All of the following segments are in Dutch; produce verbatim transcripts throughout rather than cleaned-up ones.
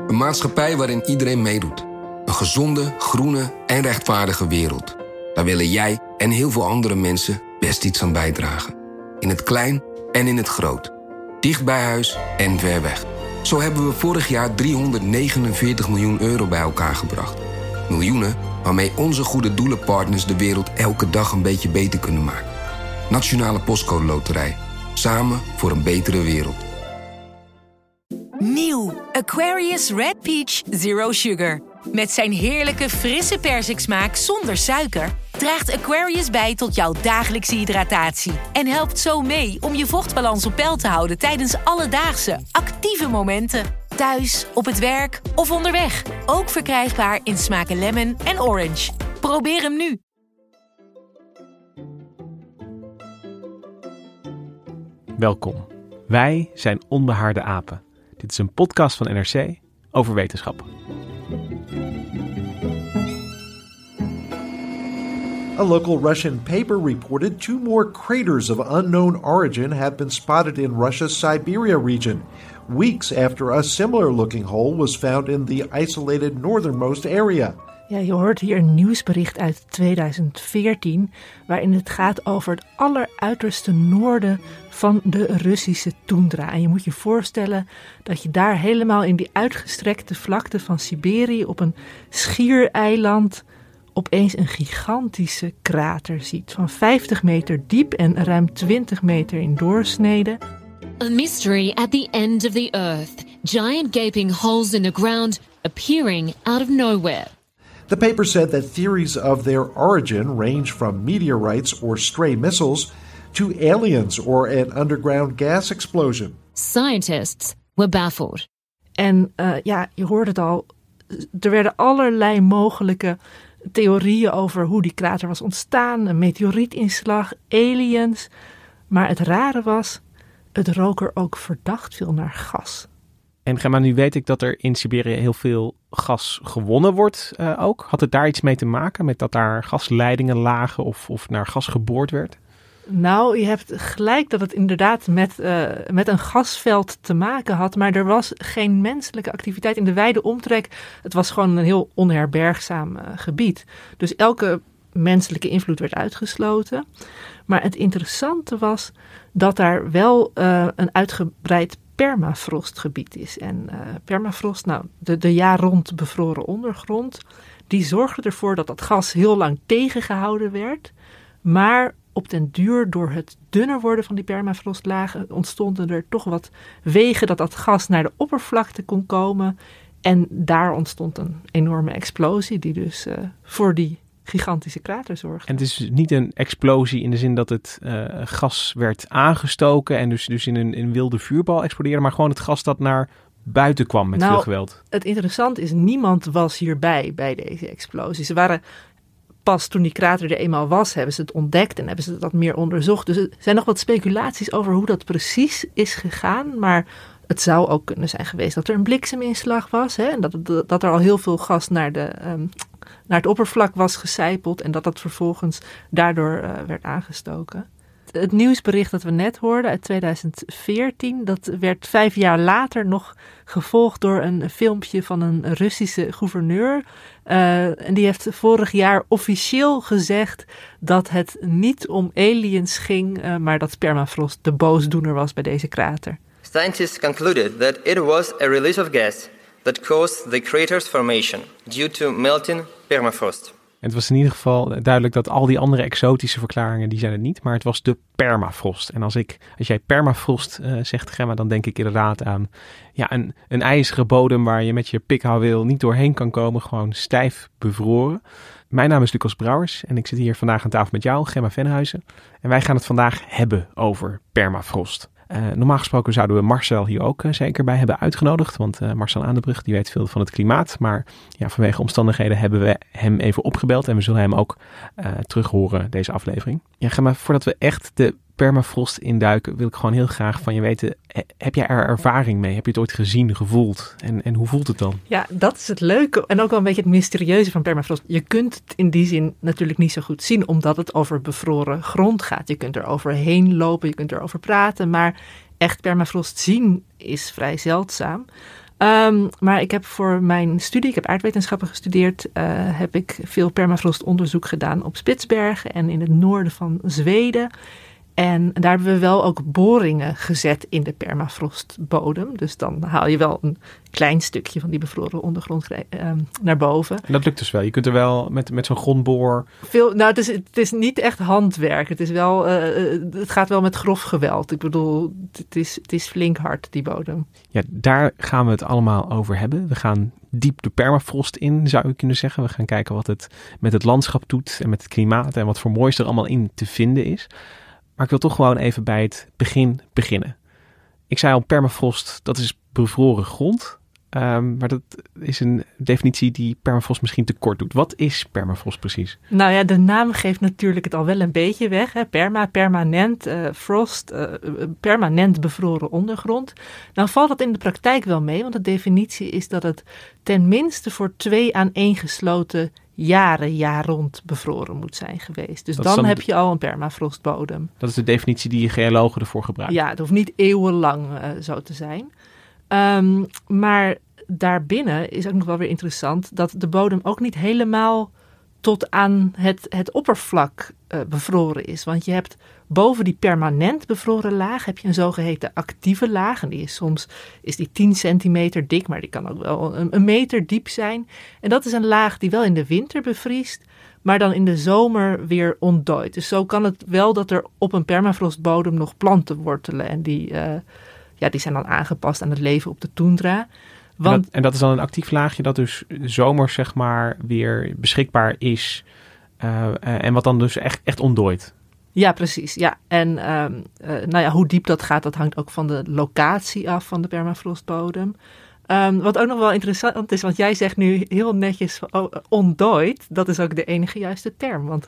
Een maatschappij waarin iedereen meedoet. Een gezonde, groene en rechtvaardige wereld. Daar willen jij en heel veel andere mensen best iets aan bijdragen. In het klein en in het groot. Dicht bij huis en ver weg. Zo hebben we vorig jaar driehonderdnegenenveertig miljoen euro bij elkaar gebracht. Miljoenen waarmee onze goede doelenpartners de wereld elke dag een beetje beter kunnen maken. Nationale Postcode Loterij. Samen voor een betere wereld. Nieuw Aquarius Red Peach Zero Sugar. Met zijn heerlijke frisse persiksmaak zonder suiker draagt Aquarius bij tot jouw dagelijkse hydratatie. En helpt zo mee om je vochtbalans op peil te houden tijdens alledaagse, actieve momenten. Thuis, op het werk of onderweg. Ook verkrijgbaar in smaken lemon en orange. Probeer hem nu. Welkom. Wij zijn Onbehaarde Apen. Dit is een podcast van N R C over wetenschap. A local Russian paper reported two more craters of unknown origin have been spotted in Russia's Siberia region, weeks after a similar-looking hole was found in the isolated northernmost area. Ja, je hoort hier een nieuwsbericht uit tweeduizend veertien... waarin het gaat over het alleruiterste noorden van de Russische toendra. En je moet je voorstellen dat je daar helemaal in die uitgestrekte vlakte van Siberië op een schiereiland opeens een gigantische krater ziet. Van vijftig meter diep en ruim twintig meter in doorsnede. A mystery at the end of the earth. Giant gaping holes in the ground appearing out of nowhere. The paper said that theories of their origin range from meteorites or stray missiles to aliens or an underground gas explosion. Scientists were baffled. En uh, ja, je hoort het al, er werden allerlei mogelijke theorieën over hoe die krater was ontstaan. Een meteorietinslag, aliens. Maar het rare was, het rook er ook verdacht veel naar gas. En Gemma, nu weet ik dat er in Siberië heel veel gas gewonnen wordt uh, ook. Had het daar iets mee te maken met dat daar gasleidingen lagen of, of naar gas geboord werd? Nou, je hebt gelijk dat het inderdaad met, uh, met een gasveld te maken had. Maar er was geen menselijke activiteit in de wijde omtrek. Het was gewoon een heel onherbergzaam uh, gebied. Dus elke menselijke invloed werd uitgesloten. Maar het interessante was dat daar wel uh, een uitgebreid permafrostgebied is. En uh, permafrost, nou, de, de jaar rond bevroren ondergrond, die zorgde ervoor dat dat gas heel lang tegengehouden werd. Maar op den duur, door het dunner worden van die permafrostlagen, ontstonden er toch wat wegen dat dat gas naar de oppervlakte kon komen. En daar ontstond een enorme explosie die dus uh, voor die gigantische krater zorgde. En het is niet een explosie in de zin dat het uh, gas werd aangestoken en dus, dus in een in wilde vuurbal explodeerde, maar gewoon het gas dat naar buiten kwam met nou, veel geweld. Het interessante is, niemand was hierbij bij deze explosie. Ze waren pas toen die krater er eenmaal was, hebben ze het ontdekt en hebben ze dat meer onderzocht. Dus er zijn nog wat speculaties over hoe dat precies is gegaan, maar het zou ook kunnen zijn geweest dat er een blikseminslag was, hè, en dat, dat er al heel veel gas naar, de, um, naar het oppervlak was gesijpeld en dat dat vervolgens daardoor uh, werd aangestoken. Het nieuwsbericht dat we net hoorden uit tweeduizend veertien, dat werd vijf jaar later nog gevolgd door een filmpje van een Russische gouverneur. Uh, en die heeft vorig jaar officieel gezegd dat het niet om aliens ging, uh, maar dat permafrost de boosdoener was bij deze krater. Scientists concluded that it was a release of gas that caused the crater's formation due to melting permafrost. En het was in ieder geval duidelijk dat al die andere exotische verklaringen, die zijn het niet. Maar het was de permafrost. En als, ik, als jij permafrost uh, zegt, Gemma, dan denk ik inderdaad aan ja, een, een ijzeren bodem waar je met je pikhouweel niet doorheen kan komen. Gewoon stijf bevroren. Mijn naam is Lucas Brouwers en ik zit hier vandaag aan tafel met jou, Gemma Venhuizen. En wij gaan het vandaag hebben over permafrost. Uh, normaal gesproken zouden we Marcel hier ook uh, zeker bij hebben uitgenodigd. Want uh, Marcel Aandebrug die weet veel van het klimaat. Maar ja, vanwege omstandigheden hebben we hem even opgebeld. En we zullen hem ook uh, terug horen deze aflevering. Ja, maar voordat we echt de permafrost induiken, wil ik gewoon heel graag van je weten. Heb jij er ervaring mee? Heb je het ooit gezien, gevoeld? En, en hoe voelt het dan? Ja, dat is het leuke en ook wel een beetje het mysterieuze van permafrost. Je kunt het in die zin natuurlijk niet zo goed zien, omdat het over bevroren grond gaat. Je kunt er overheen lopen, je kunt erover praten, maar echt permafrost zien is vrij zeldzaam. Um, maar ik heb voor mijn studie, ik heb aardwetenschappen gestudeerd, uh, heb ik veel permafrostonderzoek gedaan op Spitsbergen en in het noorden van Zweden. En daar hebben we wel ook boringen gezet in de permafrostbodem. Dus dan haal je wel een klein stukje van die bevroren ondergrond uh, naar boven. En dat lukt dus wel. Je kunt er wel met, met zo'n grondboor... Veel, nou, het is, het is niet echt handwerk. Het, is wel, uh, het gaat wel met grof geweld. Ik bedoel, het is, het is flink hard, die bodem. Ja, daar gaan we het allemaal over hebben. We gaan diep de permafrost in, zou je kunnen zeggen. We gaan kijken wat het met het landschap doet en met het klimaat en wat voor moois er allemaal in te vinden is. Maar ik wil toch gewoon even bij het begin beginnen. Ik zei al, permafrost, dat is bevroren grond. Um, maar dat is een definitie die permafrost misschien te kort doet. Wat is permafrost precies? Nou ja, de naam geeft natuurlijk het al wel een beetje weg. Hè? Perma, permanent, uh, frost, uh, permanent bevroren ondergrond. Nou valt dat in de praktijk wel mee, want de definitie is dat het tenminste voor twee aaneengesloten jaren, jaar rond bevroren moet zijn geweest. Dus dan, dan heb je al een permafrostbodem. Dat is de definitie die geologen ervoor gebruiken. Ja, het hoeft niet eeuwenlang uh, zo te zijn. Um, maar daarbinnen is ook nog wel weer interessant dat de bodem ook niet helemaal tot aan het, het oppervlak uh, bevroren is. Want je hebt boven die permanent bevroren laag heb je een zogeheten actieve laag. En die is soms is die tien centimeter dik, maar die kan ook wel een, een meter diep zijn. En dat is een laag die wel in de winter bevriest, maar dan in de zomer weer ontdooit. Dus zo kan het wel dat er op een permafrostbodem nog planten wortelen. En die, uh, ja, die zijn dan aangepast aan het leven op de toendra. Want, en, dat, en dat is dan een actief laagje dat dus zomers zeg maar weer beschikbaar is. Uh, uh, en wat dan dus echt, echt ontdooit. Ja, precies. Ja. En uh, uh, nou ja, hoe diep dat gaat, dat hangt ook van de locatie af van de permafrostbodem. Um, wat ook nog wel interessant is, want jij zegt nu heel netjes oh, ontdooid. Dat is ook de enige juiste term. Want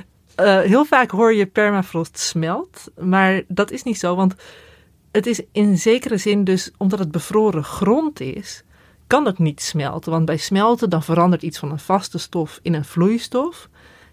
uh, heel vaak hoor je permafrost smelt, maar dat is niet zo. Want het is in zekere zin dus, omdat het bevroren grond is, kan het niet smelten. Want bij smelten dan verandert iets van een vaste stof in een vloeistof.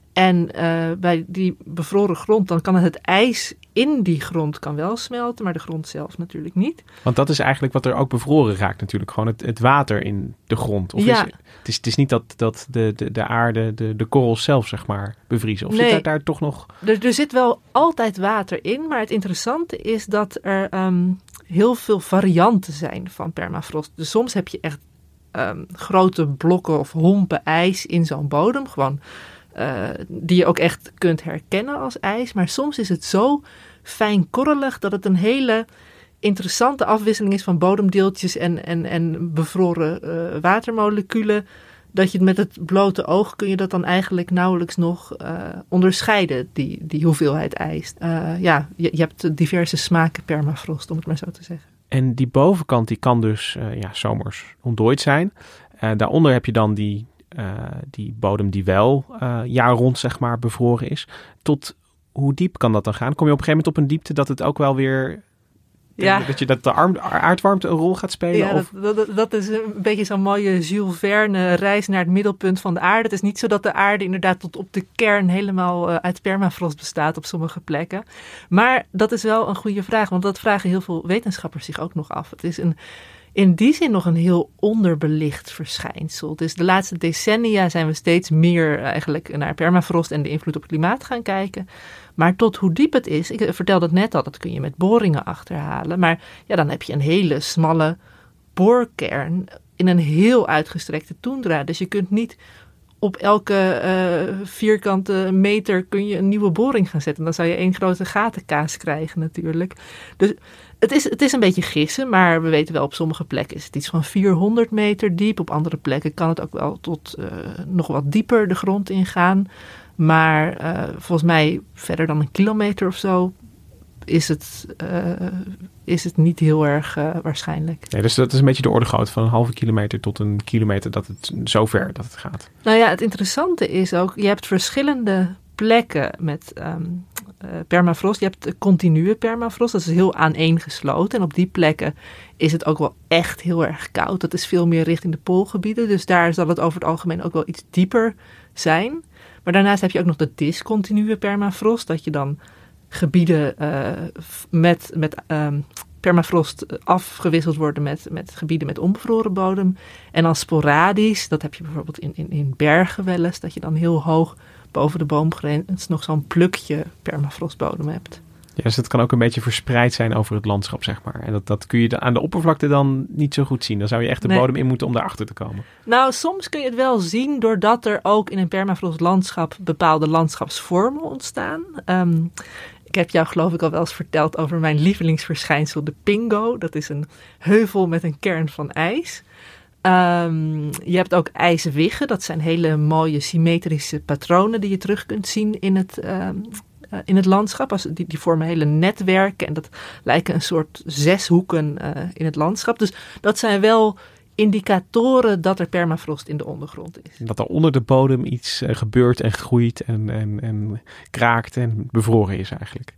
En uh, bij die bevroren grond, dan kan het ijs in die grond kan wel smelten, maar de grond zelf natuurlijk niet. Want dat is eigenlijk wat er ook bevroren raakt natuurlijk. Gewoon het, het water in de grond. Of ja. is, het, is, het is niet dat, dat de, de, de aarde, de, de korrels zelf zeg maar bevriezen. Of nee, zit daar, daar toch nog... Er, er zit wel altijd water in, maar het interessante is dat er um, heel veel varianten zijn van permafrost. Dus soms heb je echt um, grote blokken of hompen ijs in zo'n bodem. Gewoon uh, die je ook echt kunt herkennen als ijs. Maar soms is het zo fijnkorrelig dat het een hele interessante afwisseling is van bodemdeeltjes en, en, en bevroren uh, watermoleculen. Dat je het met het blote oog kun je dat dan eigenlijk nauwelijks nog uh, onderscheiden, die, die hoeveelheid ijs. Uh, ja, je, je hebt diverse smaken permafrost, om het maar zo te zeggen. En die bovenkant die kan dus uh, ja, zomers ontdooid zijn. Uh, daaronder heb je dan die, uh, die bodem die wel uh, jaar rond zeg maar bevroren is. Tot hoe diep kan dat dan gaan? Kom je op een gegeven moment op een diepte dat het ook wel weer... Ja. Dat je dat de aardwarmte een rol gaat spelen? Ja, of? dat, dat, dat is een beetje zo'n mooie Jules Verne reis naar het middelpunt van de aarde. Het is niet zo dat de aarde inderdaad tot op de kern helemaal uh, uit permafrost bestaat op sommige plekken. Maar dat is wel een goede vraag, want dat vragen heel veel wetenschappers zich ook nog af. Het is een, in die zin nog een heel onderbelicht verschijnsel. Dus de laatste decennia zijn we steeds meer eigenlijk naar permafrost en de invloed op het klimaat gaan kijken. Maar tot hoe diep het is, ik vertelde het net al, dat kun je met boringen achterhalen. Maar ja, dan heb je een hele smalle boorkern in een heel uitgestrekte toendra. Dus je kunt niet op elke uh, vierkante meter kun je een nieuwe boring gaan zetten. Dan zou je één grote gatenkaas krijgen natuurlijk. Dus het is, het is een beetje gissen, maar we weten wel op sommige plekken is het iets van vierhonderd meter diep. Op andere plekken kan het ook wel tot uh, nog wat dieper de grond ingaan. Maar uh, volgens mij verder dan een kilometer of zo is het, uh, is het niet heel erg uh, waarschijnlijk. Nee, dus dat is een beetje de orde grootte van een halve kilometer tot een kilometer dat het zover dat het gaat. Nou ja, het interessante is ook, je hebt verschillende plekken met um, uh, permafrost. Je hebt continue permafrost, dat is heel aaneengesloten. En op die plekken is het ook wel echt heel erg koud. Dat is veel meer richting de poolgebieden. Dus daar zal het over het algemeen ook wel iets dieper zijn. Maar daarnaast heb je ook nog de discontinue permafrost. Dat je dan gebieden uh, met, met um, permafrost afgewisseld worden met, met gebieden met onbevroren bodem. En dan sporadisch, dat heb je bijvoorbeeld in, in, in bergen wel eens, dat je dan heel hoog boven de boomgrens nog zo'n plukje permafrostbodem hebt. Ja, dus het kan ook een beetje verspreid zijn over het landschap, zeg maar. En dat, dat kun je aan de oppervlakte dan niet zo goed zien. Dan zou je echt de nee. bodem in moeten om daarachter te komen. Nou, soms kun je het wel zien doordat er ook in een permafrost landschap bepaalde landschapsvormen ontstaan. Um, ik heb jou geloof ik al wel eens verteld over mijn lievelingsverschijnsel, de pingo. Dat is een heuvel met een kern van ijs. Um, je hebt ook ijswiggen. Dat zijn hele mooie symmetrische patronen die je terug kunt zien in het... Um, Uh, in het landschap. Als, die, die vormen hele netwerken en dat lijken een soort zeshoeken uh, in het landschap. Dus dat zijn wel indicatoren dat er permafrost in de ondergrond is. Dat er onder de bodem iets uh, gebeurt en groeit en, en, en kraakt en bevroren is eigenlijk.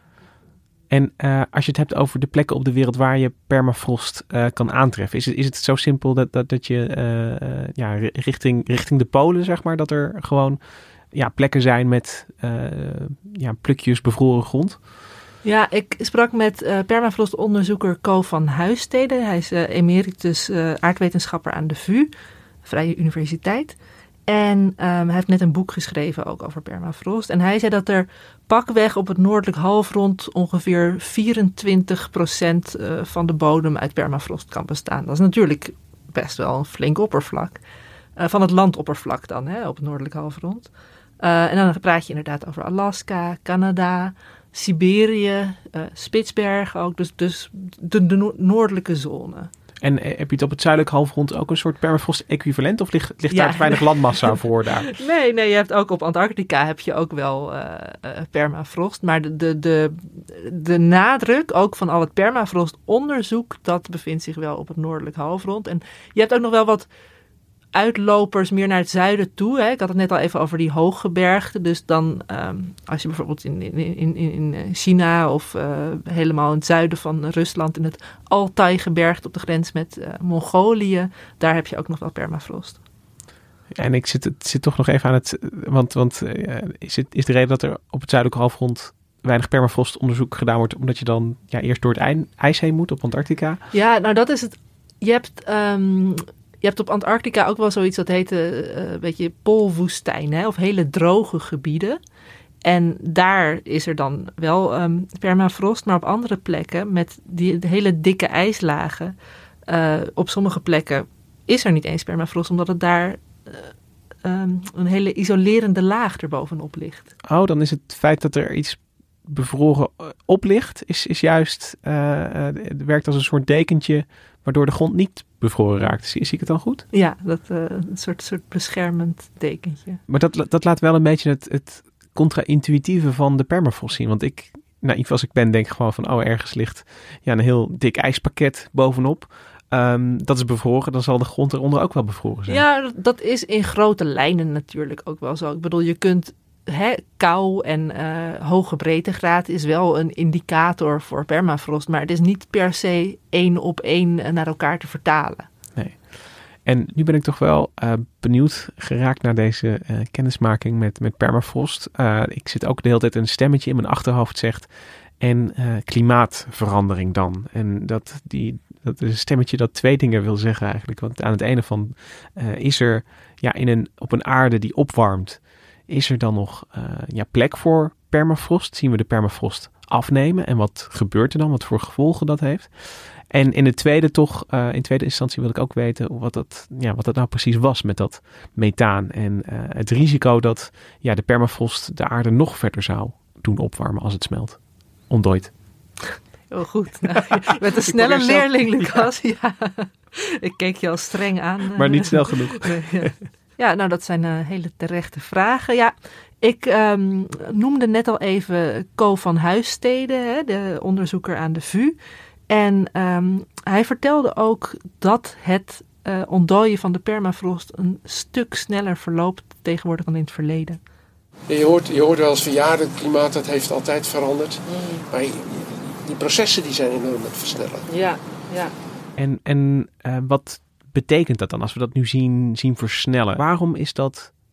En uh, als je het hebt over de plekken op de wereld waar je permafrost uh, kan aantreffen, is het, is het zo simpel dat, dat, dat je uh, uh, ja, richting, richting de polen, zeg maar, dat er gewoon ja, plekken zijn met uh, ja, plukjes bevroren grond? Ja, ik sprak met uh, permafrostonderzoeker Co van Huisstede. Hij is uh, emeritus uh, aardwetenschapper aan de V U, Vrije Universiteit. En um, hij heeft net een boek geschreven ook over permafrost. En hij zei dat er pakweg op het noordelijk halfrond ongeveer vierentwintig procent uh, van de bodem uit permafrost kan bestaan. Dat is natuurlijk best wel een flink oppervlak. Uh, van het landoppervlak dan, hè, op het noordelijk halfrond. Uh, en dan praat je inderdaad over Alaska, Canada, Siberië, uh, Spitsbergen ook. Dus, dus de, de no- noordelijke zone. En heb je het op het zuidelijk halfrond ook een soort permafrost-equivalent? Of ligt, ligt ja. daar te weinig landmassa voor daar? Nee, nee, je hebt ook op Antarctica heb je ook wel uh, uh, permafrost. Maar de, de, de, de nadruk ook van al het permafrostonderzoek, dat bevindt zich wel op het noordelijk halfrond. En je hebt ook nog wel wat uitlopers meer naar het zuiden toe. Hè. Ik had het net al even over die hooggebergten. Dus dan um, als je bijvoorbeeld in, in, in, in China of uh, helemaal in het zuiden van Rusland in het Altai-gebergte op de grens met uh, Mongolië, daar heb je ook nog wel permafrost. En ik zit, het zit toch nog even aan het... Want, want uh, is, het, is de reden dat er op het zuidelijke halfrond weinig permafrostonderzoek gedaan wordt, omdat je dan ja, eerst door het ijs heen moet op Antarctica? Ja, nou dat is het. Je hebt... Um, Je hebt op Antarctica ook wel zoiets dat heet uh, een beetje poolwoestijn, of hele droge gebieden. En daar is er dan wel um, permafrost, maar op andere plekken met die de hele dikke ijslagen, uh, op sommige plekken is er niet eens permafrost, omdat het daar uh, um, een hele isolerende laag erbovenop ligt. Oh, dan is het feit dat er iets bevroren op ligt, is, is juist, uh, uh, het werkt als een soort dekentje, waardoor de grond niet bevroren raakt. Zie, zie ik het dan goed? Ja, dat, uh, een soort, soort beschermend dekentje. Maar dat, dat laat wel een beetje het, het contra-intuïtieve van de permafrost zien. Want ik, naïef als ik ben, denk gewoon van, oh, ergens ligt ja, een heel dik ijspakket bovenop. Um, dat is bevroren, dan zal de grond eronder ook wel bevroren zijn. Ja, dat is in grote lijnen natuurlijk ook wel zo. Ik bedoel, je kunt... He, kou en uh, hoge breedtegraad is wel een indicator voor permafrost, maar het is niet per se één op één naar elkaar te vertalen. Nee. En nu ben ik toch wel uh, benieuwd geraakt naar deze uh, kennismaking met, met permafrost. Uh, ik zit ook de hele tijd een stemmetje in mijn achterhoofd zegt en uh, klimaatverandering dan. En dat, die, dat is een stemmetje dat twee dingen wil zeggen eigenlijk. Want aan het ene van uh, is er ja, in een, op een aarde die opwarmt, is er dan nog uh, ja, plek voor permafrost? Zien we de permafrost afnemen? En wat gebeurt er dan? Wat voor gevolgen dat heeft? En in de tweede toch, uh, in tweede instantie wil ik ook weten wat dat, ja, wat dat nou precies was met dat methaan. En uh, het risico dat ja, de permafrost de aarde nog verder zou doen opwarmen als het smelt. Ontdooid. Heel goed. Nou, je bent een snelle leerling, Lucas. Ja. Ja. Ik keek je al streng aan. Maar niet snel genoeg. Nee, ja. Ja, nou dat zijn uh, hele terechte vragen. Ja, ik um, noemde net al even Co van Huisstede, hè, de onderzoeker aan de V U. En um, hij vertelde ook dat het uh, ontdooien van de permafrost een stuk sneller verloopt tegenwoordig dan in het verleden. Je hoort, je hoort wel eens van ja, het klimaat dat heeft altijd veranderd. Mm. Maar die processen die zijn enorm aan het versnellen. Ja, ja. En, en uh, wat betekent dat dan als we dat nu zien, zien versnellen? Waarom is dat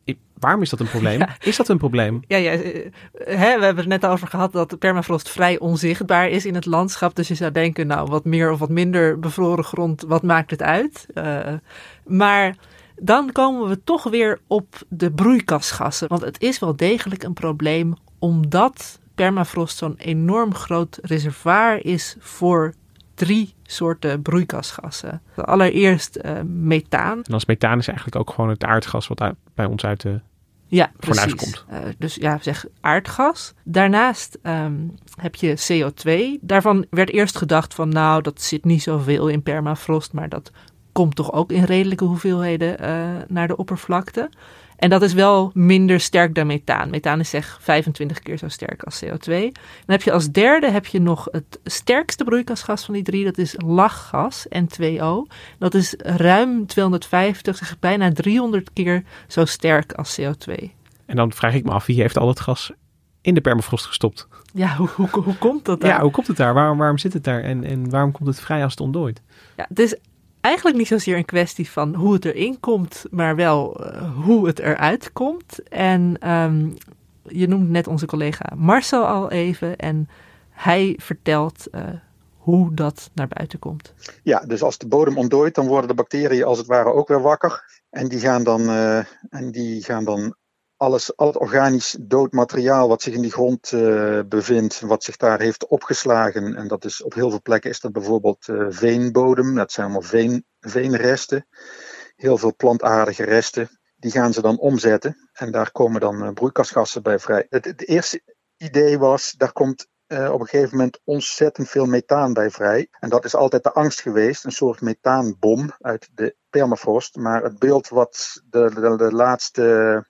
Waarom is dat een probleem? Ja. Is dat een probleem? Ja, ja hè, we hebben het net over gehad dat de permafrost vrij onzichtbaar is in het landschap. Dus je zou denken, nou, wat meer of wat minder bevroren grond, wat maakt het uit? Uh, maar dan komen we toch weer op de broeikasgassen. Want het is wel degelijk een probleem omdat permafrost zo'n enorm groot reservoir is voor drie soorten broeikasgassen. Allereerst uh, methaan. En als methaan is eigenlijk ook gewoon het aardgas wat uit, bij ons uit de ja, fornuis komt. Uh, dus ja, zeg aardgas. Daarnaast um, heb je C O twee. Daarvan werd eerst gedacht van nou, dat zit niet zoveel in permafrost, maar dat komt toch ook in redelijke hoeveelheden uh, naar de oppervlakte. En dat is wel minder sterk dan methaan. Methaan is zeg vijfentwintig keer zo sterk als C O twee. Dan heb je als derde heb je nog het sterkste broeikasgas van die drie. Dat is lachgas, N twee O. Dat is ruim tweehonderdvijftig, zeg bijna driehonderd keer zo sterk als C O twee. En dan vraag ik me af, wie heeft al het gas in de permafrost gestopt? Ja, hoe, hoe, hoe komt dat daar? Ja, hoe komt het daar? Waarom, waarom zit het daar? En, en waarom komt het vrij als het ontdooit? Ja, het is eigenlijk niet zozeer een kwestie van hoe het erin komt, maar wel uh, hoe het eruit komt. En um, je noemde net onze collega Marcel al even en hij vertelt uh, hoe dat naar buiten komt. Ja, dus als de bodem ontdooit, dan worden de bacteriën als het ware ook weer wakker. En die gaan dan, uh, en die gaan dan alles, al het organisch dood materiaal wat zich in die grond uh, bevindt, wat zich daar heeft opgeslagen. En dat is op heel veel plekken is dat bijvoorbeeld uh, veenbodem. Dat zijn allemaal veen, veenresten. Heel veel plantaardige resten. Die gaan ze dan omzetten. En daar komen dan uh, broeikasgassen bij vrij. Het, het eerste idee was, daar komt uh, op een gegeven moment ontzettend veel methaan bij vrij. En dat is altijd de angst geweest. Een soort methaanbom uit de permafrost. Maar het beeld wat de, de, de laatste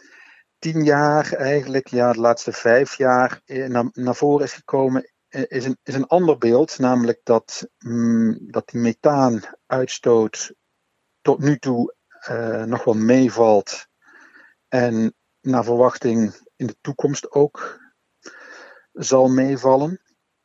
tien jaar eigenlijk, ja, de laatste vijf jaar naar, naar voren is gekomen, is een, is een ander beeld. Namelijk dat, mm, dat die methaanuitstoot tot nu toe uh, nog wel meevalt. En naar verwachting in de toekomst ook zal meevallen.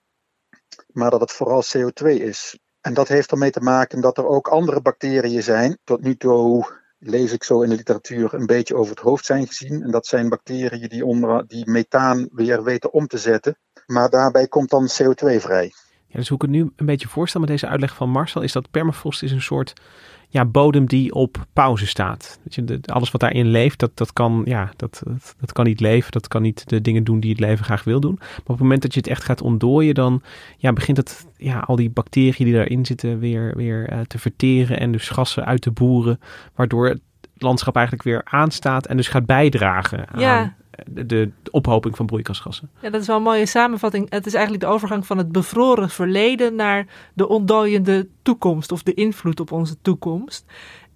Maar dat het vooral C O twee is. En dat heeft ermee te maken dat er ook andere bacteriën zijn. Tot nu toe lees ik zo in de literatuur een beetje over het hoofd zijn gezien. En dat zijn bacteriën die, onder, die methaan weer weten om te zetten. Maar daarbij komt dan C O twee vrij. Ja, dus hoe ik het nu een beetje voorstel met deze uitleg van Marcel, is dat permafrost is een soort ja, bodem die op pauze staat. Weet je, de, alles wat daarin leeft, dat, dat, kan, ja, dat, dat, dat kan niet leven. Dat kan niet de dingen doen die het leven graag wil doen. Maar op het moment dat je het echt gaat ontdooien, dan ja, begint het, ja, al die bacteriën die daarin zitten weer, weer uh, te verteren en dus gassen uit te boeren. Waardoor het landschap eigenlijk weer aanstaat en dus gaat bijdragen aan ja. de, de ophoping van broeikasgassen. Ja, dat is wel een mooie samenvatting. Het is eigenlijk de overgang van het bevroren verleden naar de ontdooiende toekomst of de invloed op onze toekomst.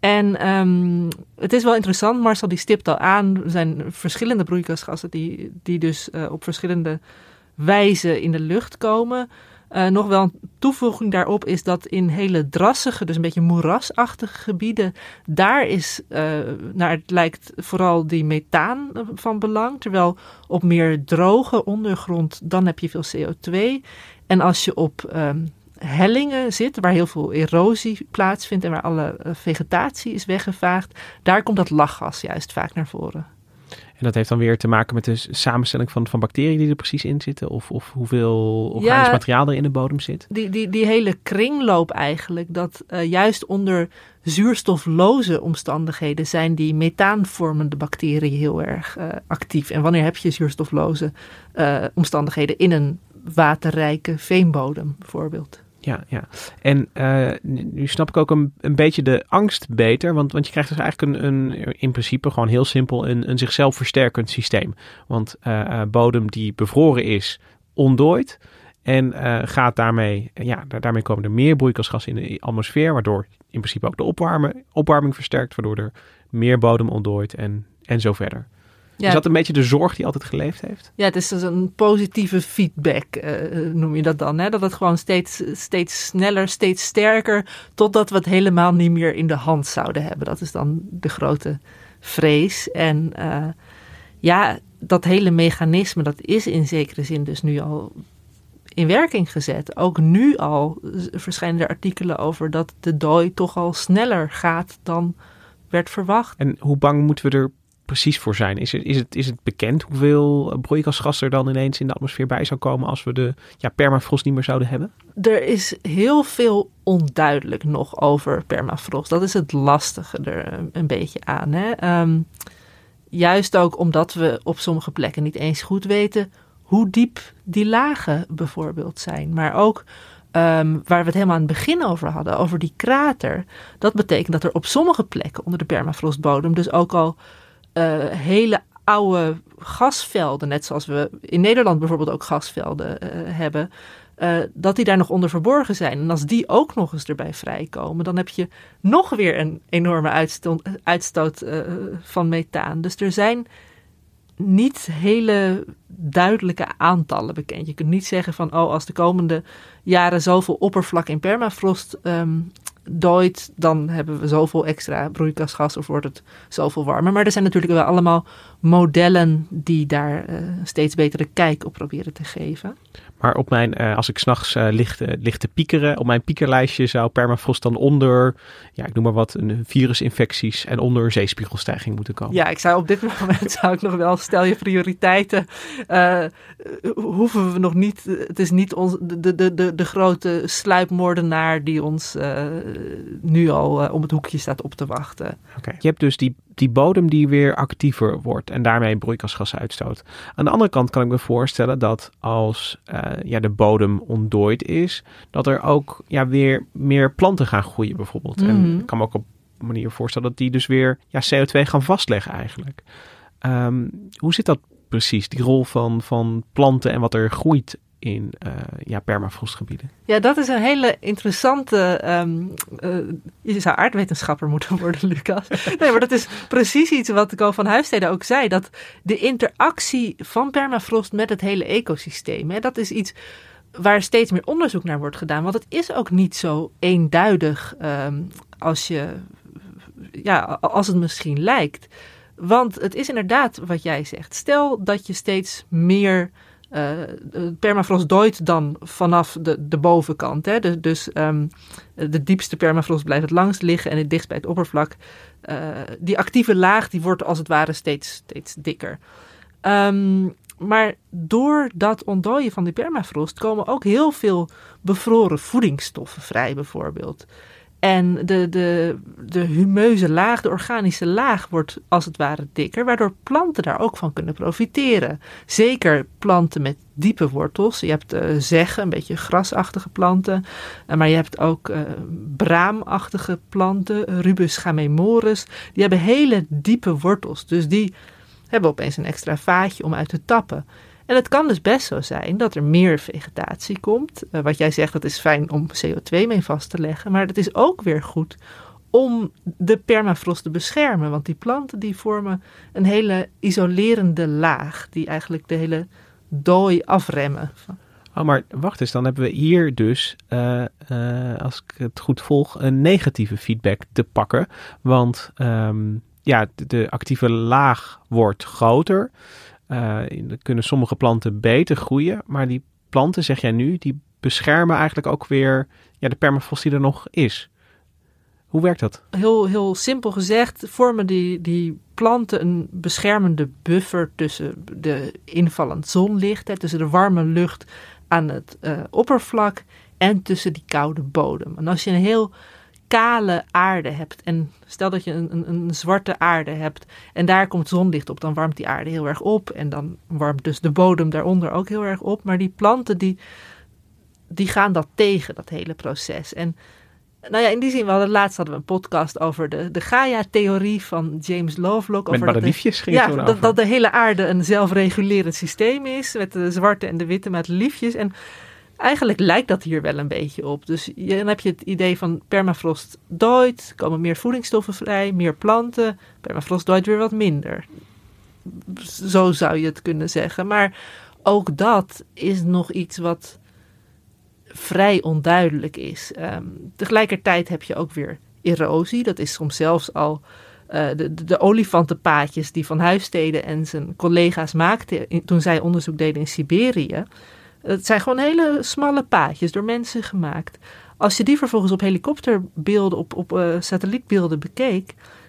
En um, het is wel interessant, Marcel die stipt al aan, er zijn verschillende broeikasgassen die, die dus uh, op verschillende wijzen in de lucht komen. Uh, nog wel een toevoeging daarop is dat in hele drassige, dus een beetje moerasachtige gebieden, daar is, uh, naar het lijkt, vooral die methaan van belang. Terwijl op meer droge ondergrond, dan heb je veel C O twee. En als je op um, hellingen zit, waar heel veel erosie plaatsvindt en waar alle uh, vegetatie is weggevaagd, daar komt dat lachgas juist vaak naar voren. En dat heeft dan weer te maken met de samenstelling van, van bacteriën die er precies in zitten? Of, of hoeveel organisch ja, materiaal er in de bodem zit? Die, die, die hele kringloop eigenlijk, dat uh, juist onder zuurstofloze omstandigheden zijn die methaanvormende bacteriën heel erg uh, actief. En wanneer heb je zuurstofloze uh, omstandigheden in een waterrijke veenbodem bijvoorbeeld? Ja, ja. En uh, nu snap ik ook een, een beetje de angst beter. Want, want je krijgt dus eigenlijk een, een in principe gewoon heel simpel een, een zichzelf versterkend systeem. Want uh, uh, bodem die bevroren is, ontdooit. En uh, gaat daarmee, ja, daarmee komen er meer broeikasgassen in de atmosfeer. Waardoor in principe ook de opwarmen, opwarming versterkt. Waardoor er meer bodem ontdooit en, en zo verder. Ja. Is dat een beetje de zorg die altijd geleefd heeft? Ja, het is dus een positieve feedback, uh, noem je dat dan. Hè? Dat het gewoon steeds, steeds sneller, steeds sterker, totdat we het helemaal niet meer in de hand zouden hebben. Dat is dan de grote vrees. En uh, ja, dat hele mechanisme, dat is in zekere zin dus nu al in werking gezet. Ook nu al verschijnen er artikelen over dat de dooi toch al sneller gaat dan werd verwacht. En hoe bang moeten we er precies voor zijn? Is het, is het, is het bekend hoeveel broeikasgas er dan ineens in de atmosfeer bij zou komen als we de ja, permafrost niet meer zouden hebben? Er is heel veel onduidelijk nog over permafrost. Dat is het lastige er een beetje aan. Hè? Um, juist ook omdat we op sommige plekken niet eens goed weten hoe diep die lagen bijvoorbeeld zijn. Maar ook um, waar we het helemaal aan het begin over hadden, over die krater. Dat betekent dat er op sommige plekken onder de permafrostbodem dus ook al uh, hele oude gasvelden, net zoals we in Nederland bijvoorbeeld ook gasvelden uh, hebben, uh, dat die daar nog onder verborgen zijn. En als die ook nog eens erbij vrijkomen, dan heb je nog weer een enorme uitstoot, uitstoot uh, van methaan. Dus er zijn niet hele duidelijke aantallen bekend. Je kunt niet zeggen van, oh, als de komende jaren zoveel oppervlak in permafrost um, dooit, dan hebben we zoveel extra broeikasgas of wordt het zoveel warmer. Maar er zijn natuurlijk wel allemaal modellen die daar uh, steeds betere kijk op proberen te geven. Maar op mijn, uh, als ik 's nachts uh, ligt, uh, ligt te piekeren, op mijn piekerlijstje zou permafrost dan onder, ja, ik noem maar wat, een virusinfecties en onder zeespiegelstijging moeten komen. Ja, ik zou op dit moment zou ik nog wel, stel je prioriteiten, uh, hoeven we nog niet, het is niet ons, de, de, de, de grote sluipmoordenaar die ons uh, nu al uh, om het hoekje staat op te wachten. Okay. Je hebt dus die, die bodem die weer actiever wordt en daarmee broeikasgassen uitstoot. Aan de andere kant kan ik me voorstellen dat als uh, ja, de bodem ontdooid is, dat er ook ja, weer meer planten gaan groeien bijvoorbeeld. Mm-hmm. En ik kan me ook op een manier voorstellen dat die dus weer ja, C O twee gaan vastleggen eigenlijk. Um, hoe zit dat precies, die rol van, van planten en wat er groeit in uh, ja, permafrostgebieden? Ja, dat is een hele interessante, um, uh, je zou aardwetenschapper moeten worden, Lucas. Nee, maar dat is precies iets wat Ko van Huistede ook zei, dat de interactie van permafrost met het hele ecosysteem, hè, dat is iets waar steeds meer onderzoek naar wordt gedaan, want het is ook niet zo eenduidig um, als je, ja, als het misschien lijkt. Want het is inderdaad wat jij zegt. Stel dat je steeds meer Uh, permafrost dooit dan vanaf de, de bovenkant. Hè? Dus, dus um, de diepste permafrost blijft het langst liggen en het dichtst bij het oppervlak. Uh, die actieve laag die wordt als het ware steeds, steeds dikker. Um, maar door dat ontdooien van die permafrost komen ook heel veel bevroren voedingsstoffen vrij bijvoorbeeld. En de, de, de humeuze laag, de organische laag wordt als het ware dikker, waardoor planten daar ook van kunnen profiteren. Zeker planten met diepe wortels. Je hebt uh, zeggen, een beetje grasachtige planten, uh, maar je hebt ook uh, braamachtige planten, Rubus gamemorus. Die hebben hele diepe wortels, dus die hebben opeens een extra vaatje om uit te tappen. En het kan dus best zo zijn dat er meer vegetatie komt. Uh, wat jij zegt, dat is fijn om C O twee mee vast te leggen. Maar het is ook weer goed om de permafrost te beschermen. Want die planten die vormen een hele isolerende laag. Die eigenlijk de hele dooi afremmen. Oh, maar wacht eens, dan hebben we hier dus, uh, uh, als ik het goed volg, een negatieve feedback te pakken. Want um, ja, de, de actieve laag wordt groter. Uh, dan kunnen sommige planten beter groeien, maar die planten, zeg jij nu, die beschermen eigenlijk ook weer ja, de permafrost die er nog is. Hoe werkt dat? Heel, heel simpel gezegd vormen die, die planten een beschermende buffer tussen de invallend zonlicht, hè, tussen de warme lucht aan het uh, oppervlak en tussen die koude bodem. En als je een heel kale aarde hebt en stel dat je een, een, een zwarte aarde hebt en daar komt zonlicht op, dan warmt die aarde heel erg op en dan warmt dus de bodem daaronder ook heel erg op. Maar die planten die, die gaan dat tegen, dat hele proces. En nou ja, in die zin, we hadden laatst hadden we een podcast over de, de Gaia-theorie van James Lovelock. Met over madeliefjes ging ja, het toen dat, over. dat de hele aarde een zelfregulerend systeem is met de zwarte en de witte madeliefjes. En eigenlijk lijkt dat hier wel een beetje op. Dus je, dan heb je het idee van permafrost dooit, komen meer voedingsstoffen vrij, meer planten. Permafrost dooit weer wat minder. Zo zou je het kunnen zeggen. Maar ook dat is nog iets wat vrij onduidelijk is. Um, tegelijkertijd heb je ook weer erosie. Dat is soms zelfs al uh, de, de, de olifantenpaadjes die Van Huistede en zijn collega's maakten in, toen zij onderzoek deden in Siberië. Het zijn gewoon hele smalle paadjes door mensen gemaakt. Als je die vervolgens op helikopterbeelden, op, op uh, satellietbeelden bekeek,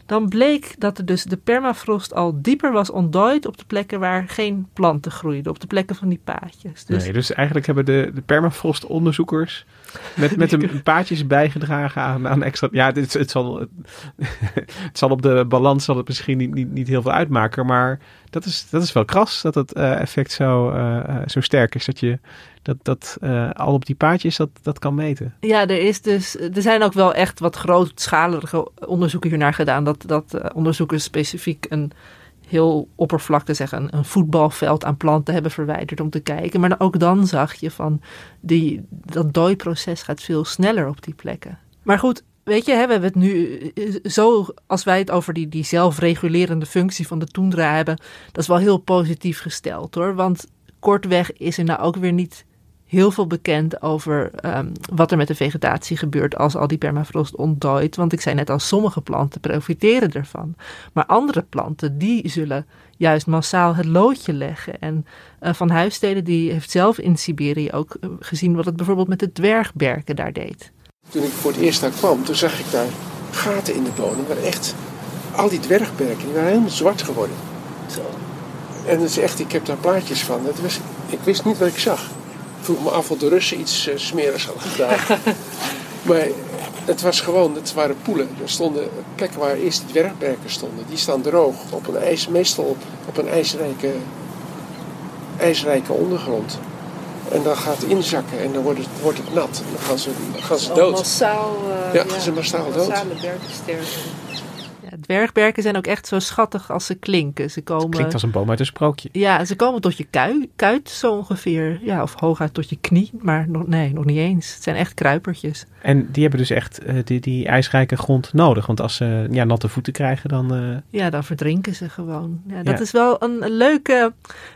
dan bleek dat er dus de permafrost al dieper was ontdooid op de plekken waar geen planten groeiden, op de plekken van die paadjes. Dus, nee, dus eigenlijk hebben de, de permafrost-onderzoekers met, met een paadjes bijgedragen aan, aan extra... Ja, het, het, zal, het zal op de balans zal het misschien niet, niet, niet heel veel uitmaken, maar dat is, dat is wel kras dat het uh, effect zo, uh, zo sterk is, dat je dat, dat uh, al op die paadjes dat, dat kan meten. Ja, er is dus, er zijn ook wel echt wat grootschalige onderzoeken hiernaar gedaan, dat, dat uh, onderzoekers specifiek een heel oppervlakte zeggen, een, een voetbalveld aan planten hebben verwijderd om te kijken. Maar ook dan zag je van, die, dat dooiproces gaat veel sneller op die plekken. Maar goed, weet je, hè, we hebben het nu zo, als wij het over die, die zelfregulerende functie van de toendra hebben, dat is wel heel positief gesteld hoor. Want kortweg is er nou ook weer niet heel veel bekend over um, wat er met de vegetatie gebeurt als al die permafrost ontdooit. Want ik zei net al, sommige planten profiteren ervan. Maar andere planten, die zullen juist massaal het loodje leggen. En uh, Van Huissteden, die heeft zelf in Siberië ook uh, gezien wat het bijvoorbeeld met de dwergberken daar deed. Toen ik voor het eerst daar kwam, toen zag ik daar gaten in de bodem. Waar echt, al die dwergberken, die waren helemaal zwart geworden. Zo. En het is echt, ik heb daar plaatjes van. Dat was, ik wist niet wat ik zag. Ik vroeg me af of de Russen iets uh, smerigs hadden gedaan. Maar het was gewoon, het waren poelen. Er stonden plekken waar eerst die dwergberken stonden. Die staan droog, op een ijs, meestal op, op een ijsrijke, ijsrijke ondergrond. En dan gaat het inzakken en dan wordt het, wordt het nat. En dan gaan ze, dan gaan ze dood. Oh, massaal, uh, ja, gaan ze massaal dood. Massale berkensterven. Ja, dwergberken zijn ook echt zo schattig als ze klinken. Ze komen, het klinkt als een boom uit een sprookje. Ja, ze komen tot je kui, kuit zo ongeveer. Ja, of hooguit tot je knie. Maar nog, nee, nog niet eens. Het zijn echt kruipertjes. En die hebben dus echt uh, die, die ijsrijke grond nodig. Want als ze ja, natte voeten krijgen, dan... Uh... Ja, dan verdrinken ze gewoon. Ja, dat ja. is wel een, een leuke...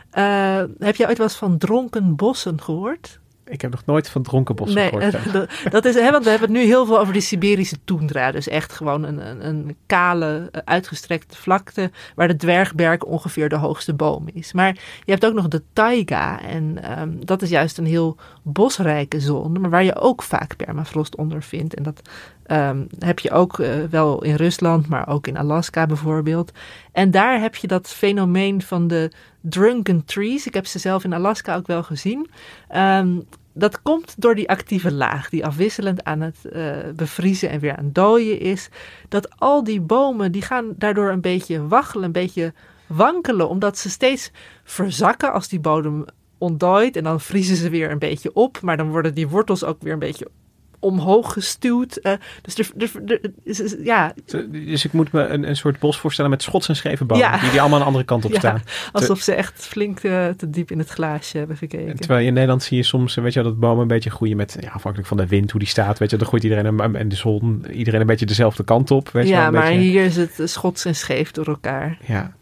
Uh, heb je ooit wel eens van dronken bossen gehoord? Ik heb nog nooit van dronken bossen nee, gehoord. Uh, dat, dat is, hè, want we hebben het nu heel veel over die Siberische toendra. Dus echt gewoon een, een, een kale, uitgestrekte vlakte waar de dwergberk ongeveer de hoogste boom is. Maar je hebt ook nog de taiga. En um, dat is juist een heel bosrijke zone, maar waar je ook vaak permafrost onder vindt. En dat um, heb je ook uh, wel in Rusland, maar ook in Alaska bijvoorbeeld. En daar heb je dat fenomeen van de drunken trees. Ik heb ze zelf in Alaska ook wel gezien. Um, dat komt door die actieve laag die afwisselend aan het uh, bevriezen en weer aan het dooien is. Dat al die bomen, die gaan daardoor een beetje waggelen, een beetje wankelen. Omdat ze steeds verzakken als die bodem ontdooit. En dan vriezen ze weer een beetje op. Maar dan worden die wortels ook weer een beetje omhoog gestuwd. Uh, dus er, er, er, is, ja. Dus ik moet me een, een soort bos voorstellen met schots en scheve bomen. Ja. Die, die allemaal aan de andere kant op ja, staan. Alsof ze echt flink te, te diep in het glaasje hebben gekeken. Terwijl je in Nederland zie je soms, weet je wel, dat bomen een beetje groeien met, ja, afhankelijk van de wind, hoe die staat. Weet je, dan groeit iedereen en de zon, iedereen een beetje dezelfde kant op. Weet je ja, wel, een maar beetje... hier is het schots en scheef door elkaar. Ja.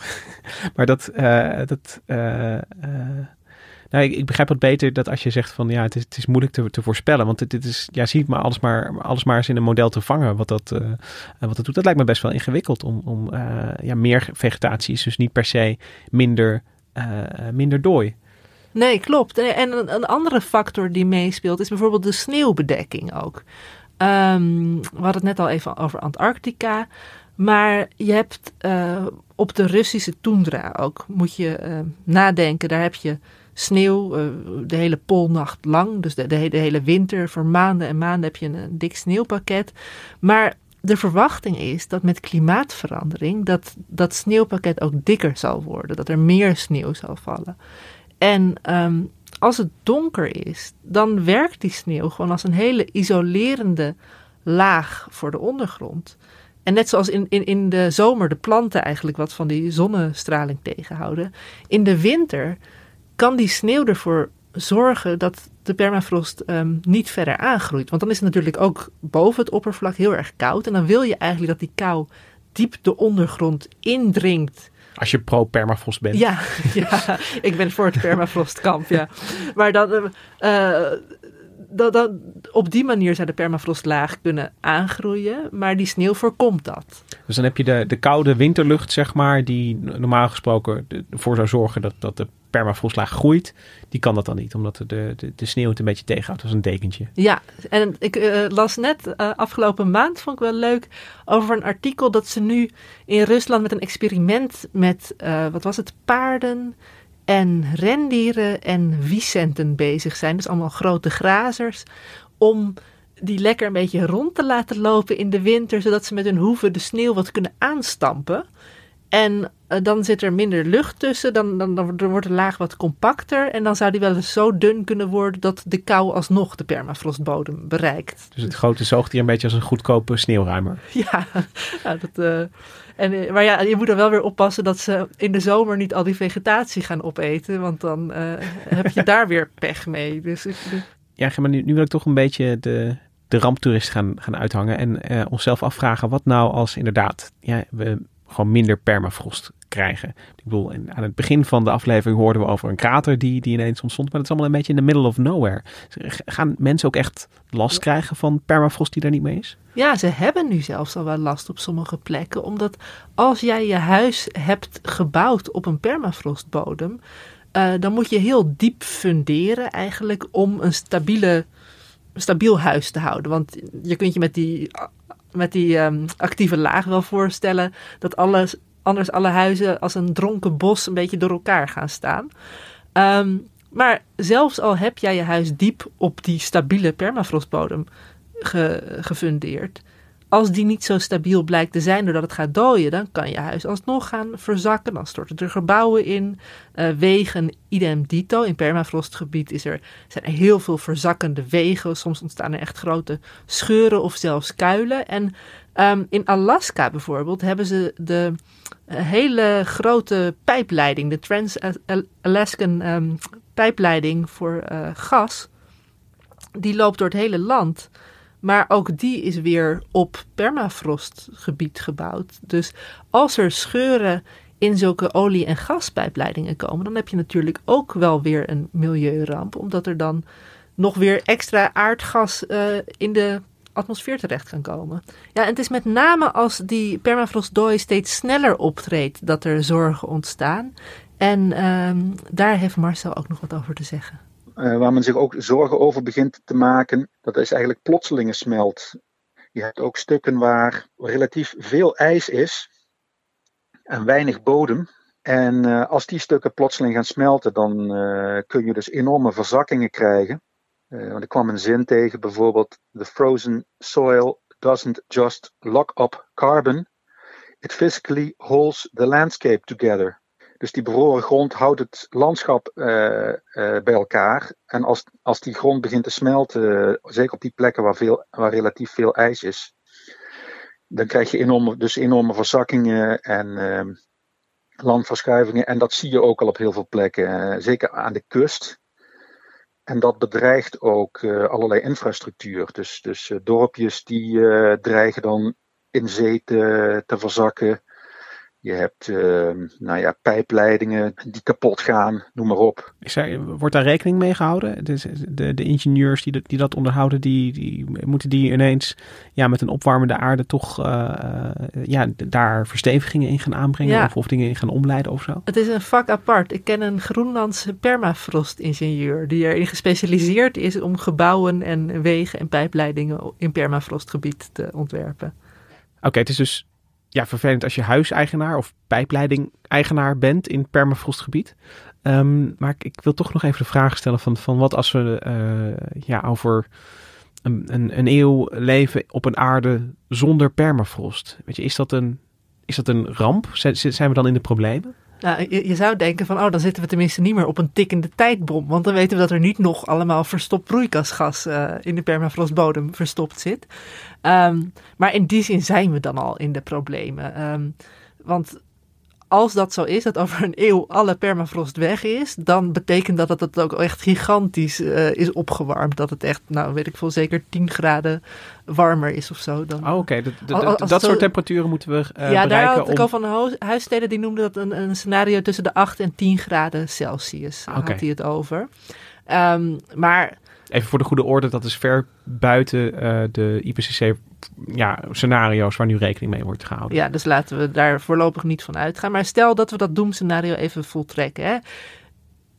Maar dat, uh, dat, uh, uh, nou, ik, ik begrijp het beter dat als je zegt van ja, het is, het is moeilijk te, te voorspellen. Want dit, dit is, ja, zie het maar alles, maar alles maar eens in een model te vangen wat dat, uh, wat dat doet. Dat lijkt me best wel ingewikkeld om, om uh, ja, meer vegetatie is dus niet per se minder, uh, minder dooi. Nee, klopt. En een, een andere factor die meespeelt is bijvoorbeeld de sneeuwbedekking ook. Um, we hadden het net al even over Antarctica. Maar je hebt uh, op de Russische toendra ook, moet je uh, nadenken, daar heb je sneeuw uh, de hele poolnacht lang. Dus de, de, de hele winter, voor maanden en maanden heb je een, een dik sneeuwpakket. Maar de verwachting is dat met klimaatverandering dat dat sneeuwpakket ook dikker zal worden. Dat er meer sneeuw zal vallen. En um, als het donker is, dan werkt die sneeuw gewoon als een hele isolerende laag voor de ondergrond. En net zoals in, in, in de zomer de planten eigenlijk wat van die zonnestraling tegenhouden. In de winter kan die sneeuw ervoor zorgen dat de permafrost um, niet verder aangroeit. Want dan is het natuurlijk ook boven het oppervlak heel erg koud. En dan wil je eigenlijk dat die kou diep de ondergrond indringt. Als je pro-permafrost bent. Ja, ja, ik ben voor het permafrostkamp, ja. Maar dan... Uh, Dat, dat, op die manier zou de permafrostlaag kunnen aangroeien, maar die sneeuw voorkomt dat. Dus dan heb je de, de koude winterlucht, zeg maar, die normaal gesproken ervoor zou zorgen dat, dat de permafrostlaag groeit, die kan dat dan niet. Omdat de, de, de sneeuw het een beetje tegenhoudt als een dekentje. Ja, en ik uh, las net uh, afgelopen maand, vond ik wel leuk, over een artikel dat ze nu in Rusland met een experiment met, uh, wat was het, paarden en rendieren en wiesenten bezig zijn. Dus allemaal grote grazers, om die lekker een beetje rond te laten lopen in de winter, zodat ze met hun hoeven de sneeuw wat kunnen aanstampen. En uh, dan zit er minder lucht tussen, dan, dan, dan wordt de laag wat compacter. En dan zou die wel eens zo dun kunnen worden dat de kou alsnog de permafrostbodem bereikt. Dus het grote zoogdier een beetje als een goedkope sneeuwruimer. Ja, nou, dat, uh, en, maar ja, je moet er wel weer oppassen dat ze in de zomer niet al die vegetatie gaan opeten. Want dan uh, heb je daar weer pech mee. Dus ik, uh... Ja, maar nu, nu wil ik toch een beetje de, de ramptoerist gaan, gaan uithangen. En uh, onszelf afvragen, wat nou als inderdaad ja, we gewoon minder permafrost krijgen. Ik bedoel, aan het begin van de aflevering hoorden we over een krater die, die ineens ontstond. Maar dat is allemaal een beetje in the middle of nowhere. Gaan mensen ook echt last krijgen van permafrost die daar niet mee is? Ja, ze hebben nu zelfs al wel last op sommige plekken. Omdat als jij je huis hebt gebouwd op een permafrostbodem, uh, dan moet je heel diep funderen eigenlijk om een stabiele, stabiel huis te houden. Want je kunt je met die... met die um, actieve laag wel voorstellen dat alles, anders alle huizen als een dronken bos een beetje door elkaar gaan staan. Um, maar zelfs al heb jij je huis diep op die stabiele permafrostbodem ge, gefundeerd, als die niet zo stabiel blijkt te zijn doordat het gaat dooien, dan kan je huis alsnog gaan verzakken. Dan storten er gebouwen in, uh, wegen idem dito. In permafrostgebied is er, zijn er heel veel verzakkende wegen. Soms ontstaan er echt grote scheuren of zelfs kuilen. En um, in Alaska bijvoorbeeld hebben ze de uh, hele grote pijpleiding, de Trans-Alaskan um, pijpleiding voor uh, gas, die loopt door het hele land. Maar ook die is weer op permafrostgebied gebouwd. Dus als er scheuren in zulke olie- en gaspijpleidingen komen, dan heb je natuurlijk ook wel weer een milieuramp. Omdat er dan nog weer extra aardgas uh, in de atmosfeer terecht kan komen. Ja, en het is met name als die permafrostdooi steeds sneller optreedt dat er zorgen ontstaan. En um, daar heeft Marcel ook nog wat over te zeggen. Uh, waar men zich ook zorgen over begint te maken, dat is eigenlijk plotselinge smelt. Je hebt ook stukken waar relatief veel ijs is en weinig bodem. En uh, als die stukken plotseling gaan smelten, dan uh, kun je dus enorme verzakkingen krijgen. Uh, want ik kwam een zin tegen, bijvoorbeeld: the frozen soil doesn't just lock up carbon, it physically holds the landscape together. Dus die bevroren grond houdt het landschap uh, uh, bij elkaar. En als, als die grond begint te smelten, uh, zeker op die plekken waar, veel, waar relatief veel ijs is, dan krijg je enorme, dus enorme verzakkingen en uh, landverschuivingen. En dat zie je ook al op heel veel plekken, uh, zeker aan de kust. En dat bedreigt ook uh, allerlei infrastructuur. Dus, dus uh, dorpjes die uh, dreigen dan in zee te, te verzakken. Je hebt uh, nou ja, pijpleidingen die kapot gaan, noem maar op. Is er, wordt daar rekening mee gehouden? De, de, de ingenieurs die, de, die dat onderhouden, die, die, moeten die ineens ja, met een opwarmende aarde toch uh, ja, daar verstevigingen in gaan aanbrengen? Ja. Of, of dingen in gaan omleiden of zo? Het is een vak apart. Ik ken een Groenlandse permafrost-ingenieur die erin gespecialiseerd is om gebouwen en wegen en pijpleidingen in permafrostgebied te ontwerpen. Oké, okay, het is dus ja, vervelend als je huiseigenaar of pijpleiding-eigenaar bent in permafrostgebied. Um, maar ik, ik wil toch nog even de vraag stellen van, van wat als we uh, ja, over een, een, een eeuw leven op een aarde zonder permafrost. Weet je, is dat een, is dat een ramp? Zijn, zijn we dan in de problemen? Nou, je, je zou denken van, oh, dan zitten we tenminste niet meer op een tikkende tijdbom. Want dan weten we dat er niet nog allemaal verstopt broeikasgas uh, in de permafrostbodem verstopt zit. Um, maar in die zin zijn we dan al in de problemen. Um, want als dat zo is, dat over een eeuw alle permafrost weg is, dan betekent dat dat het ook echt gigantisch uh, is opgewarmd. Dat het echt, nou weet ik veel, zeker tien graden warmer is of zo. Dan, oh, oké. Okay. Dat zo, soort temperaturen moeten we uh, ja, bereiken. Ja, daar had ik om... al van de huissteden die noemden dat een, een scenario tussen de acht en tien graden Celsius. Okay. Had hij het over. Um, maar... Even voor de goede orde, dat is ver buiten uh, de I P C C ja, scenario's waar nu rekening mee wordt gehouden. Ja, dus laten we daar voorlopig niet van uitgaan. Maar stel dat we dat doemscenario even voltrekken. Hè.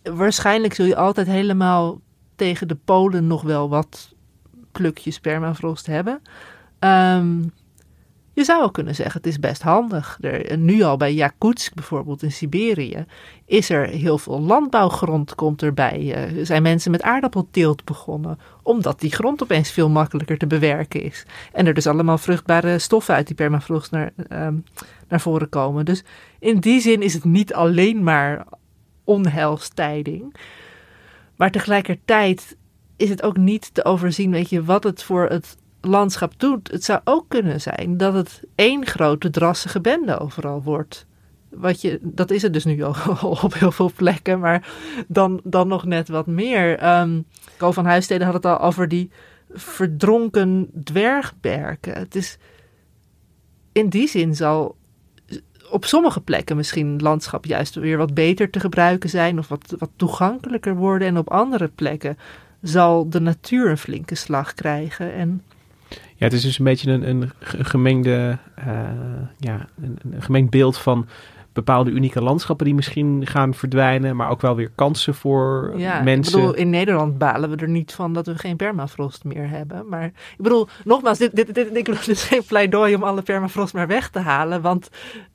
waarschijnlijk zul je altijd helemaal tegen de polen nog wel wat plukjes permafrost hebben. Um, je zou ook kunnen zeggen, het is best handig. Er, nu al bij Jakutsk bijvoorbeeld in Siberië is er heel veel landbouwgrond komt erbij. Er zijn mensen met aardappelteelt begonnen, omdat die grond opeens veel makkelijker te bewerken is. En er dus allemaal vruchtbare stoffen uit die permafrost naar, um, naar voren komen. Dus in die zin is het niet alleen maar onheilstijding. Maar tegelijkertijd is het ook niet te overzien, weet je, wat het voor het landschap doet. Het zou ook kunnen zijn dat het één grote drassige bende overal wordt. Wat je, dat is het dus nu al op heel veel plekken, maar dan, dan nog net wat meer. Um, Ko van Huisstede had het al over die verdronken dwergberken. Het is, in die zin zal op sommige plekken misschien landschap juist weer wat beter te gebruiken zijn of wat, wat toegankelijker worden. En op andere plekken zal de natuur een flinke slag krijgen. En ja, het is dus een beetje een, een gemengde, uh, ja, een, een gemengd beeld van bepaalde unieke landschappen die misschien gaan verdwijnen, maar ook wel weer kansen voor ja, mensen. Ik bedoel, in Nederland balen we er niet van dat we geen permafrost meer hebben. Maar ik bedoel, nogmaals, dit, dit, dit, ik bedoel, dit is geen pleidooi om alle permafrost maar weg te halen, want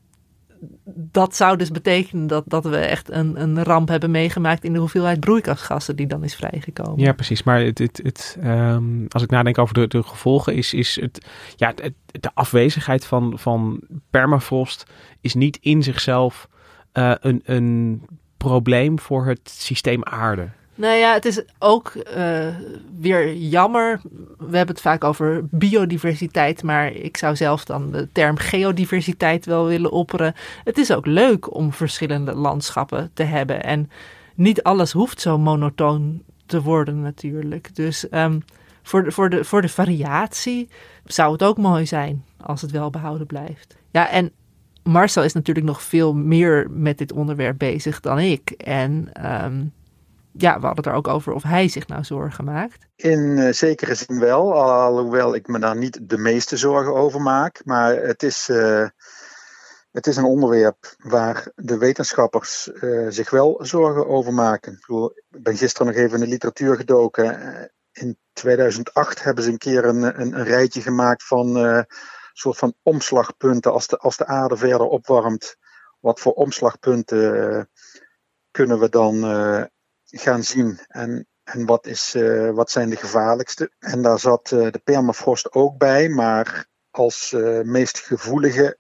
dat zou dus betekenen dat, dat we echt een, een ramp hebben meegemaakt in de hoeveelheid broeikasgassen die dan is vrijgekomen. Ja, precies. Maar het, het, het, um, als ik nadenk over de, de gevolgen, is, is het, ja, het, de afwezigheid van, van permafrost is niet in zichzelf uh, een, een probleem voor het systeem aarde. Nou ja, het is ook uh, weer jammer. We hebben het vaak over biodiversiteit, maar ik zou zelf dan de term geodiversiteit wel willen opperen. Het is ook leuk om verschillende landschappen te hebben. En niet alles hoeft zo monotoon te worden natuurlijk. Dus um, voor, de, voor, de, voor de variatie zou het ook mooi zijn als het wel behouden blijft. Ja, en Marcel is natuurlijk nog veel meer met dit onderwerp bezig dan ik. En Um, ja, we hadden het er ook over of hij zich nou zorgen maakt. In uh, zekere zin wel, alhoewel ik me daar niet de meeste zorgen over maak. Maar het is, uh, het is een onderwerp waar de wetenschappers uh, zich wel zorgen over maken. Ik, bedoel, ik ben gisteren nog even in de literatuur gedoken. In tweeduizend acht hebben ze een keer een, een, een rijtje gemaakt van uh, soort van omslagpunten. Als de, als de aarde verder opwarmt, wat voor omslagpunten uh, kunnen we dan Uh, gaan zien en, en wat, is, uh, wat zijn de gevaarlijkste. En daar zat uh, de permafrost ook bij, maar als uh, meest gevoelige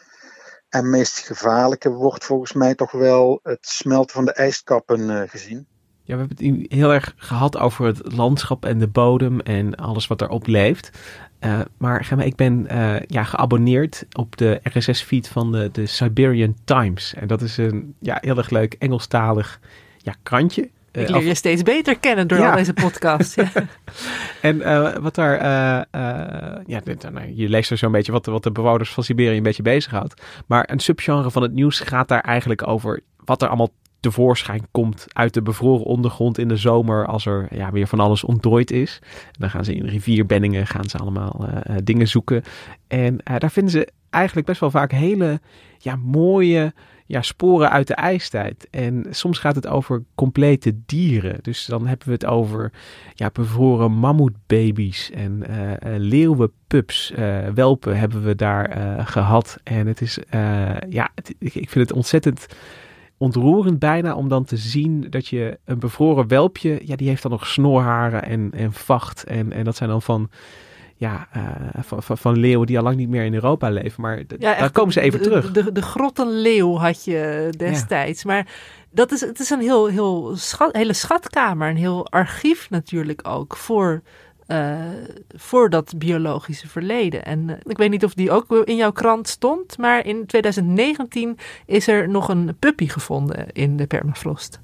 en meest gevaarlijke wordt volgens mij toch wel het smelten van de ijskappen uh, gezien. Ja, we hebben het heel erg gehad over het landschap en de bodem en alles wat erop leeft. Uh, maar Gemma, ik ben uh, ja, geabonneerd op de R S S-feed van de, de Siberian Times. En dat is een ja, heel erg leuk Engelstalig ja, krantje. Ik leer je steeds beter kennen door ja. al deze podcast. Ja. En uh, wat daar, uh, uh, ja, nou, je leest er zo'n beetje wat, wat de bewoners van Siberië een beetje bezighoudt. Maar een subgenre van het nieuws gaat daar eigenlijk over wat er allemaal tevoorschijn komt uit de bevroren ondergrond in de zomer als er ja, weer van alles ontdooid is. En dan gaan ze in rivierbenningen, gaan ze allemaal uh, dingen zoeken. En uh, daar vinden ze eigenlijk best wel vaak hele ja, mooie ja, sporen uit de ijstijd. En soms gaat het over complete dieren. Dus dan hebben we het over ja, bevroren mammoetbaby's en uh, uh, leeuwenpups. Uh, welpen hebben we daar uh, gehad. En het is, uh, ja, het, ik, ik vind het ontzettend ontroerend bijna om dan te zien dat je een bevroren welpje, ja, die heeft dan nog snorharen en, en vacht. En, en dat zijn dan van Ja, uh, van, van, van leeuwen die al lang niet meer in Europa leven. Maar d- ja, daar komen ze even de, terug. De, de, de grottenleeuw had je destijds. Ja. Maar dat is, het is een heel, heel schat, hele schatkamer. Een heel archief natuurlijk ook voor, uh, voor dat biologische verleden. En uh, ik weet niet of die ook in jouw krant stond. Maar in twintig negentien is er nog een puppy gevonden in de permafrost.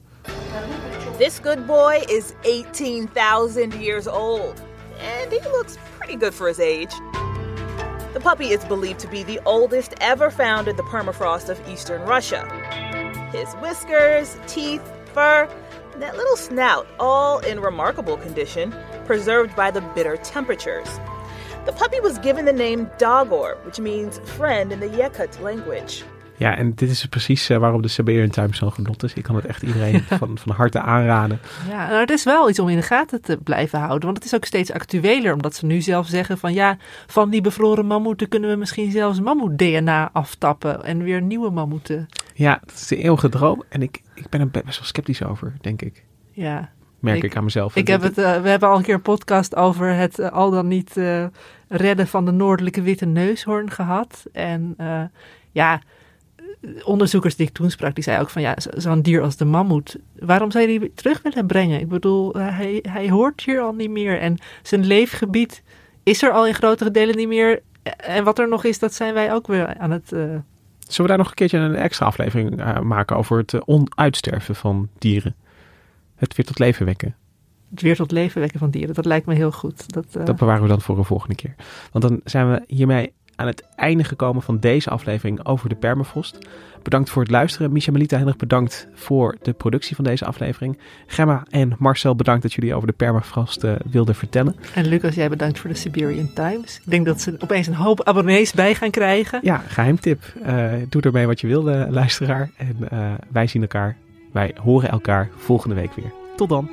This good boy is eighteen thousand years old. And he looks pretty good for his age. The puppy is believed to be the oldest ever found in the permafrost of eastern Russia. His whiskers, teeth, fur, and that little snout, all in remarkable condition, preserved by the bitter temperatures. The puppy was given the name Dagor, which means friend in the Yakut language. Ja, en dit is precies uh, waarom de Siberian Times zo'n genot is. Ik kan het echt iedereen van, van harte aanraden. Ja, nou, het is wel iets om in de gaten te blijven houden. Want het is ook steeds actueler. Omdat ze nu zelf zeggen van ja, van die bevroren mammoeten kunnen we misschien zelfs mammoet-D N A aftappen. En weer nieuwe mammoeten. Ja, dat is de eeuwige droom. En ik, ik ben er best wel sceptisch over, denk ik. Ja. Merk ik, ik aan mezelf. Ik heb het, uh, we hebben al een keer een podcast over het uh, al dan niet uh, redden van de noordelijke witte neushoorn gehad. En uh, ja, onderzoekers die ik toen sprak, die zeiden ook van ja, zo'n dier als de mammoet, waarom zou je die terug willen brengen? Ik bedoel, uh, hij, hij hoort hier al niet meer en zijn leefgebied is er al in grotere delen niet meer. En wat er nog is, dat zijn wij ook weer aan het... Uh... Zullen we daar nog een keertje een extra aflevering uh, maken over het uh, onuitsterven van dieren? Het weer tot leven wekken. Het weer tot leven wekken van dieren, dat lijkt me heel goed. Dat, uh... dat bewaren we dan voor een volgende keer. Want dan zijn we hiermee aan het einde gekomen van deze aflevering over de permafrost. Bedankt voor het luisteren. Misha, Melita, heel erg bedankt voor de productie van deze aflevering. Gemma en Marcel, bedankt dat jullie over de permafrost uh, wilden vertellen. En Lucas, jij bedankt voor de Siberian Times. Ik denk dat ze opeens een hoop abonnees bij gaan krijgen. Ja, geheimtip. Uh, doe ermee wat je wil, uh, luisteraar. En uh, wij zien elkaar, wij horen elkaar volgende week weer. Tot dan.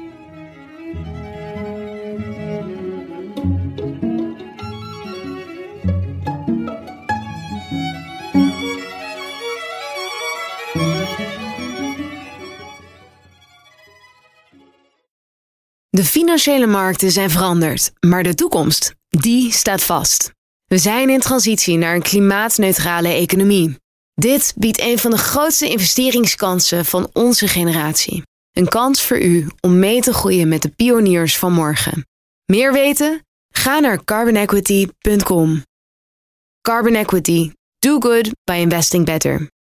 De financiële markten zijn veranderd, maar de toekomst, die staat vast. We zijn in transitie naar een klimaatneutrale economie. Dit biedt een van de grootste investeringskansen van onze generatie. Een kans voor u om mee te groeien met de pioniers van morgen. Meer weten? Ga naar carbon equity punt com. Carbon Equity. Do good by investing better.